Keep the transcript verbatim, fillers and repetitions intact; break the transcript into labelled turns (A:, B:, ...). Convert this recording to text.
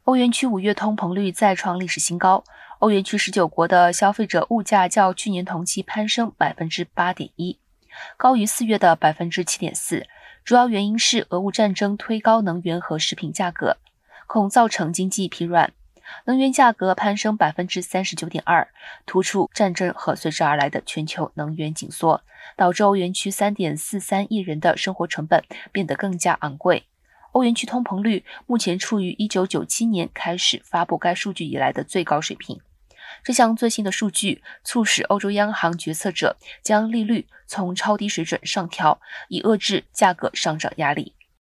A: 欧元区五月通膨率再创历史新高，欧元区十九国的消费者物价较去年同期攀升 百分之八点一， 高于四月的 百分之七点四， 主要原因是俄乌战争推高能源和食品价格，恐造成经济疲软。能源价格攀升 百分之三十九点二， 突出战争和随之而来的全球能源紧缩，导致欧元区 三点四三亿人的生活成本变得更加昂贵。欧元区通膨率目前处于一九九七年开始发布该数据以来的最高水平。这项最新的数据促使欧洲央行决策者将利率从超低水准上调，以遏制价格上涨压力。